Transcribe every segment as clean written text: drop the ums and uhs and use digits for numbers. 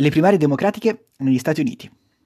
le primarie democratiche negli Stati Uniti.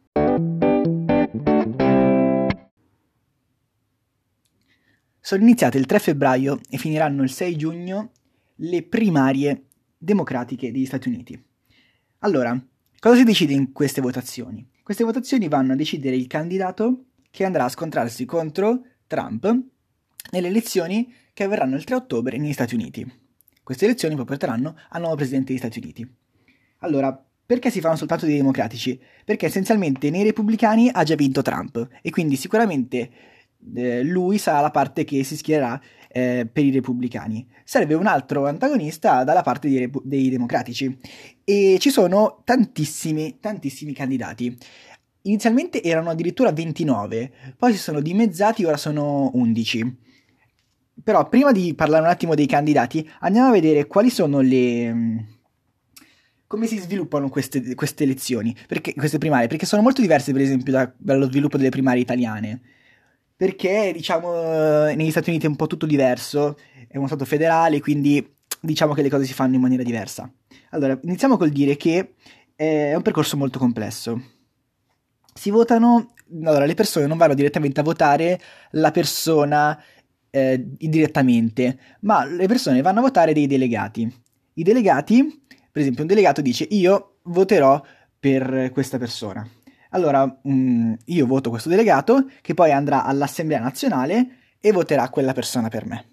Sono iniziate il 3 febbraio e finiranno il 6 giugno le primarie democratiche degli Stati Uniti. Allora, cosa si decide in queste votazioni? Queste votazioni vanno a decidere il candidato che andrà a scontrarsi contro Trump nelle elezioni che avverranno il 3 ottobre negli Stati Uniti. Queste elezioni poi porteranno al nuovo presidente degli Stati Uniti. Allora, perché si fanno soltanto dei democratici? Perché essenzialmente nei repubblicani ha già vinto Trump e quindi sicuramente lui sarà la parte che si schiererà per i repubblicani. Serve un altro antagonista dalla parte dei democratici e ci sono tantissimi candidati. Inizialmente erano addirittura 29, poi si sono dimezzati, ora sono 11. Però prima di parlare un attimo dei candidati, andiamo a vedere quali sono come si sviluppano queste elezioni, queste primarie, perché sono molto diverse per esempio dallo sviluppo delle primarie italiane. Perché, diciamo, negli Stati Uniti è un po' tutto diverso, è uno stato federale, quindi diciamo che le cose si fanno in maniera diversa. Allora, iniziamo col dire che è un percorso molto complesso. Le persone non vanno direttamente a votare la persona direttamente, ma le persone vanno a votare dei delegati. I delegati, per esempio, un delegato dice: io voterò per questa persona. Allora, io voto questo delegato che poi andrà all'Assemblea nazionale e voterà quella persona per me.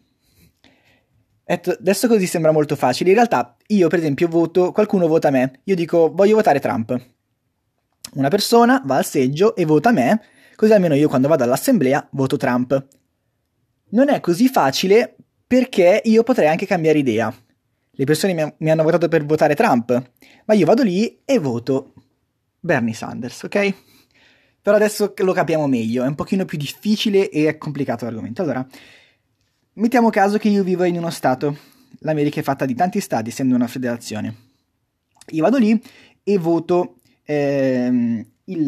Adesso così sembra molto facile. In realtà io, per esempio, qualcuno vota me. Io dico: voglio votare Trump. Una persona va al seggio e vota me, così almeno io quando vado all'Assemblea voto Trump. Non è così facile perché io potrei anche cambiare idea. Le persone mi hanno votato per votare Trump, ma io vado lì e voto Bernie Sanders, ok? Però adesso lo capiamo meglio, è un pochino più difficile e è complicato l'argomento. Allora, mettiamo caso che io vivo in uno stato, l'America è fatta di tanti stati, essendo una federazione. Io vado lì e voto il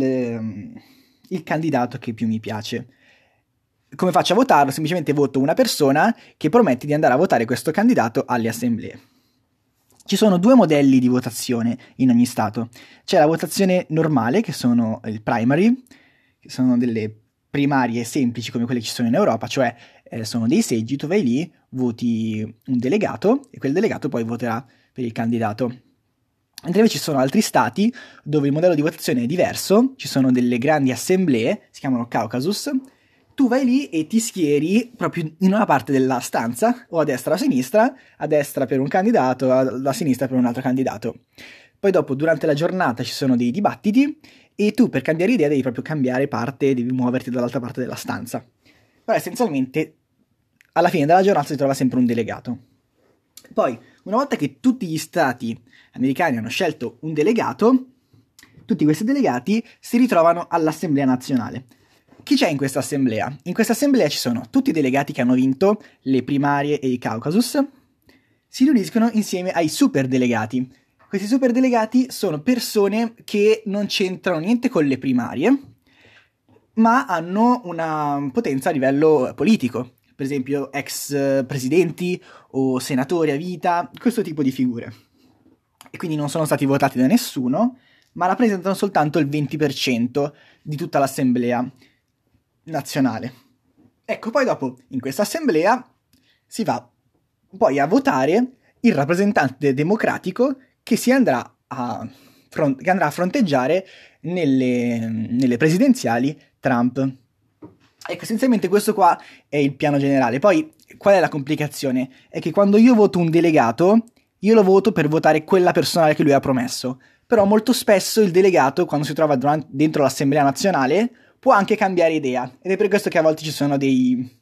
candidato che più mi piace. Come faccio a votarlo? Semplicemente voto una persona che promette di andare a votare questo candidato alle assemblee. Ci sono due modelli di votazione in ogni stato. C'è la votazione normale, che sono il primary, che sono delle primarie semplici come quelle che ci sono in Europa, cioè sono dei seggi, tu vai lì, voti un delegato e quel delegato poi voterà per il candidato. Mentre invece ci sono altri stati dove il modello di votazione è diverso, ci sono delle grandi assemblee, si chiamano caucasus. Tu vai lì e ti schieri proprio in una parte della stanza, o a destra o a destra per un candidato, a sinistra per un altro candidato. Poi dopo, durante la giornata, ci sono dei dibattiti e tu per cambiare idea devi proprio cambiare parte, devi muoverti dall'altra parte della stanza. Però essenzialmente, alla fine della giornata si trova sempre un delegato. Poi, una volta che tutti gli stati americani hanno scelto un delegato, tutti questi delegati si ritrovano all'Assemblea nazionale. Chi c'è in questa assemblea? In questa assemblea ci sono tutti i delegati che hanno vinto le primarie e i caucasus, si riuniscono insieme ai super delegati. Questi super delegati sono persone che non c'entrano niente con le primarie, ma hanno una potenza a livello politico. Per esempio ex presidenti o senatori a vita, questo tipo di figure. E quindi non sono stati votati da nessuno, ma rappresentano soltanto il 20% di tutta l'assemblea nazionale. Ecco, poi dopo in questa assemblea si va poi a votare il rappresentante democratico che andrà a fronteggiare nelle presidenziali Trump. Ecco, essenzialmente questo qua è il piano generale. Poi qual è la complicazione? È che quando io voto un delegato, io lo voto per votare quella persona che lui ha promesso. Però molto spesso il delegato, quando si trova dentro l'Assemblea nazionale, può anche cambiare idea. Ed è per questo che a volte ci sono delle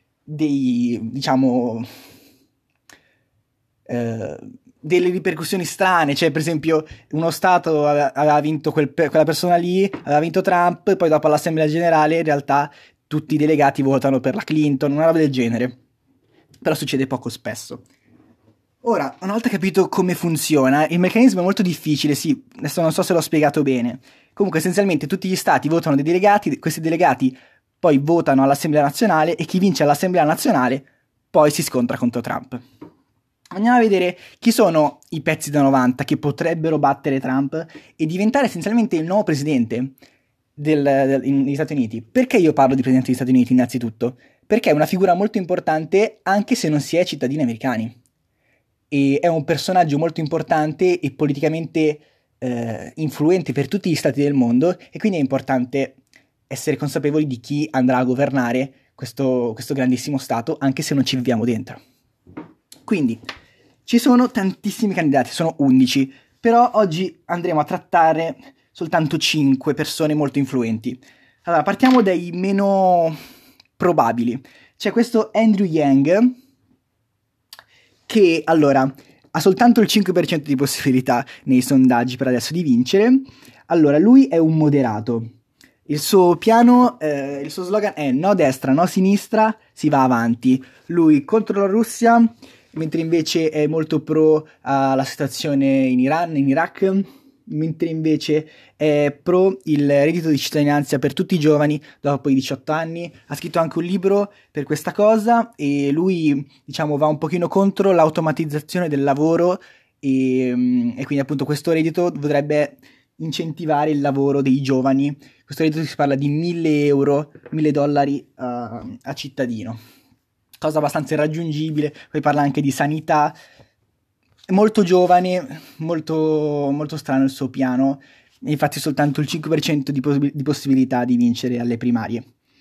ripercussioni strane. Cioè, per esempio, uno stato aveva vinto quella persona lì, aveva vinto Trump, e poi dopo all'Assemblea generale in realtà tutti i delegati votano per la Clinton, una roba del genere. Però succede poco spesso. Ora, una volta capito come funziona, il meccanismo è molto difficile, sì, adesso non so se l'ho spiegato bene. Comunque, essenzialmente, tutti gli stati votano dei delegati, questi delegati poi votano all'Assemblea nazionale e chi vince all'Assemblea nazionale poi si scontra contro Trump. Andiamo a vedere chi sono i pezzi da 90 che potrebbero battere Trump e diventare essenzialmente il nuovo presidente degli Stati Uniti. Perché io parlo di presidente degli Stati Uniti innanzitutto? Perché è una figura molto importante anche se non si è cittadini americani. E è un personaggio molto importante e politicamente influente per tutti gli stati del mondo, e quindi è importante essere consapevoli di chi andrà a governare questo grandissimo stato, anche se non ci viviamo dentro. Quindi ci sono tantissimi candidati, sono 11, però oggi andremo a trattare soltanto 5 persone molto influenti. Allora, partiamo dai meno probabili. C'è questo Andrew Yang, che allora ha soltanto il 5% di possibilità nei sondaggi per adesso di vincere. Allora, lui è un moderato. Il suo piano, il suo slogan è no destra, no sinistra, si va avanti. Lui contro la Russia, mentre invece è molto pro alla situazione in Iran, in Iraq, mentre invece è pro il reddito di cittadinanza per tutti i giovani dopo i 18 anni. Ha scritto anche un libro per questa cosa e lui, diciamo, va un pochino contro l'automatizzazione del lavoro e quindi appunto questo reddito dovrebbe incentivare il lavoro dei giovani. Questo reddito si parla di 1.000 euro, 1.000 dollari a cittadino, cosa abbastanza irraggiungibile. Poi parla anche di sanità. È molto giovane, molto, molto strano il suo piano, infatti soltanto il 5% di possibilità di vincere alle primarie.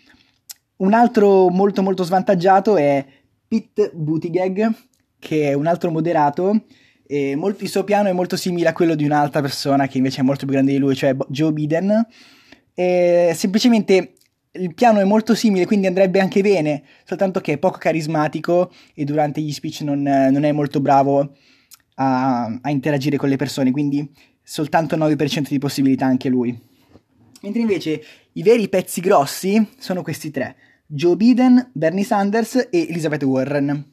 Un altro molto molto svantaggiato è Pete Buttigieg, che è un altro moderato. Il suo piano è molto simile a quello di un'altra persona che invece è molto più grande di lui, cioè Joe Biden. Semplicemente il piano è molto simile, quindi andrebbe anche bene, soltanto che è poco carismatico e durante gli speech non è molto bravo a interagire con le persone, quindi soltanto 9% di possibilità anche lui. Mentre invece i veri pezzi grossi sono questi tre: Joe Biden, Bernie Sanders e Elizabeth Warren.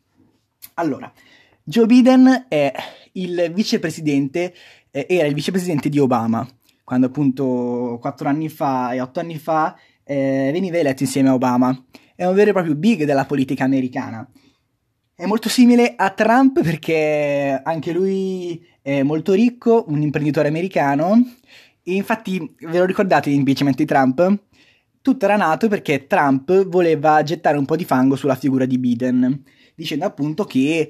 Allora, Joe Biden è il vicepresidente, era il vicepresidente di Obama, quando appunto 4 anni fa e 8 anni fa veniva eletto insieme a Obama. È un vero e proprio big della politica americana. È molto simile a Trump perché anche lui è molto ricco, un imprenditore americano, e infatti ve lo ricordate l'impeachment di Trump? Tutto era nato perché Trump voleva gettare un po' di fango sulla figura di Biden, dicendo appunto che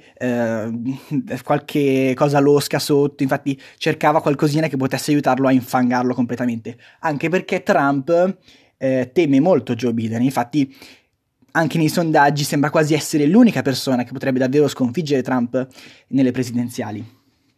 qualche cosa losca sotto, infatti cercava qualcosina che potesse aiutarlo a infangarlo completamente, anche perché Trump teme molto Joe Biden, infatti anche nei sondaggi sembra quasi essere l'unica persona che potrebbe davvero sconfiggere Trump nelle presidenziali.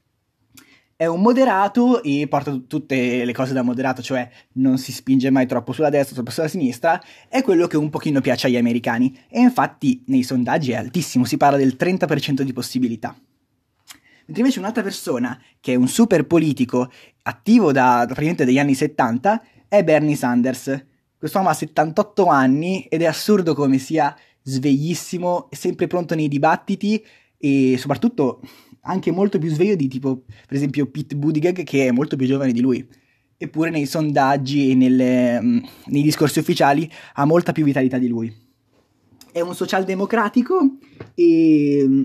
È un moderato e porta tutte le cose da moderato, cioè non si spinge mai troppo sulla destra, troppo sulla sinistra, è quello che un pochino piace agli americani, e infatti nei sondaggi è altissimo, si parla del 30% di possibilità. Mentre invece un'altra persona, che è un super politico, attivo da praticamente dagli anni 70, è Bernie Sanders. Quest'uomo ha 78 anni ed è assurdo come sia sveglissimo, è sempre pronto nei dibattiti e soprattutto anche molto più sveglio di tipo, per esempio, Pete Buttigieg, che è molto più giovane di lui. Eppure nei sondaggi e nei discorsi ufficiali ha molta più vitalità di lui. È un socialdemocratico e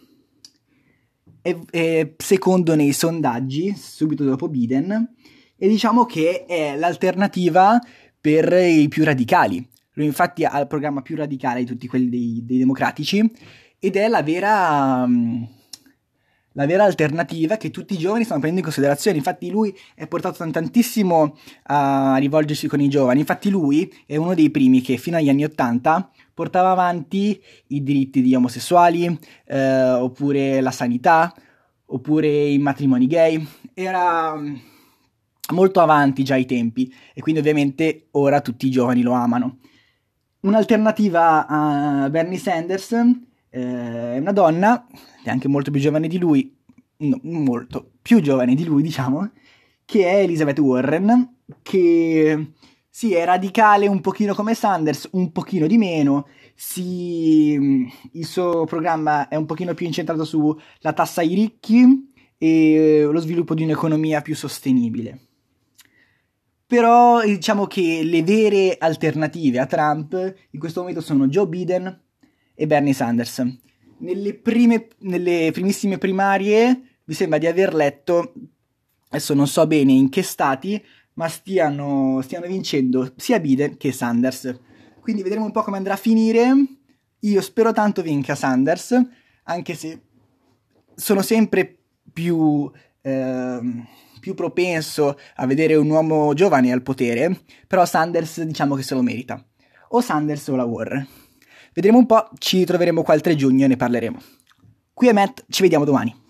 è secondo nei sondaggi, subito dopo Biden, e diciamo che è l'alternativa per i più radicali. Lui infatti ha il programma più radicale di tutti quelli dei democratici ed è la vera alternativa che tutti i giovani stanno prendendo in considerazione. Infatti lui è portato tantissimo a rivolgersi con i giovani. Infatti lui è uno dei primi che fino agli anni 80 portava avanti i diritti degli omosessuali, oppure la sanità, oppure i matrimoni gay. Era molto avanti già ai tempi e quindi ovviamente ora tutti i giovani lo amano. Un'alternativa a Bernie Sanders è una donna, è anche molto più giovane di lui, no, molto più giovane di lui, diciamo, che è Elizabeth Warren, che sì, è radicale un pochino come Sanders, un pochino di meno. Il suo programma è un pochino più incentrato sulla tassa ai ricchi e lo sviluppo di un'economia più sostenibile. Però diciamo che le vere alternative a Trump in questo momento sono Joe Biden e Bernie Sanders. nelle primissime primarie mi sembra di aver letto, adesso non so bene in che stati, ma stiano vincendo sia Biden che Sanders. Quindi vedremo un po' come andrà a finire. Io spero tanto vinca Sanders, anche se sono sempre più propenso a vedere un uomo giovane al potere, però Sanders diciamo che se lo merita. O Sanders o la War. Vedremo un po', ci ritroveremo qua il 3 giugno e ne parleremo. Qui è Matt, ci vediamo domani.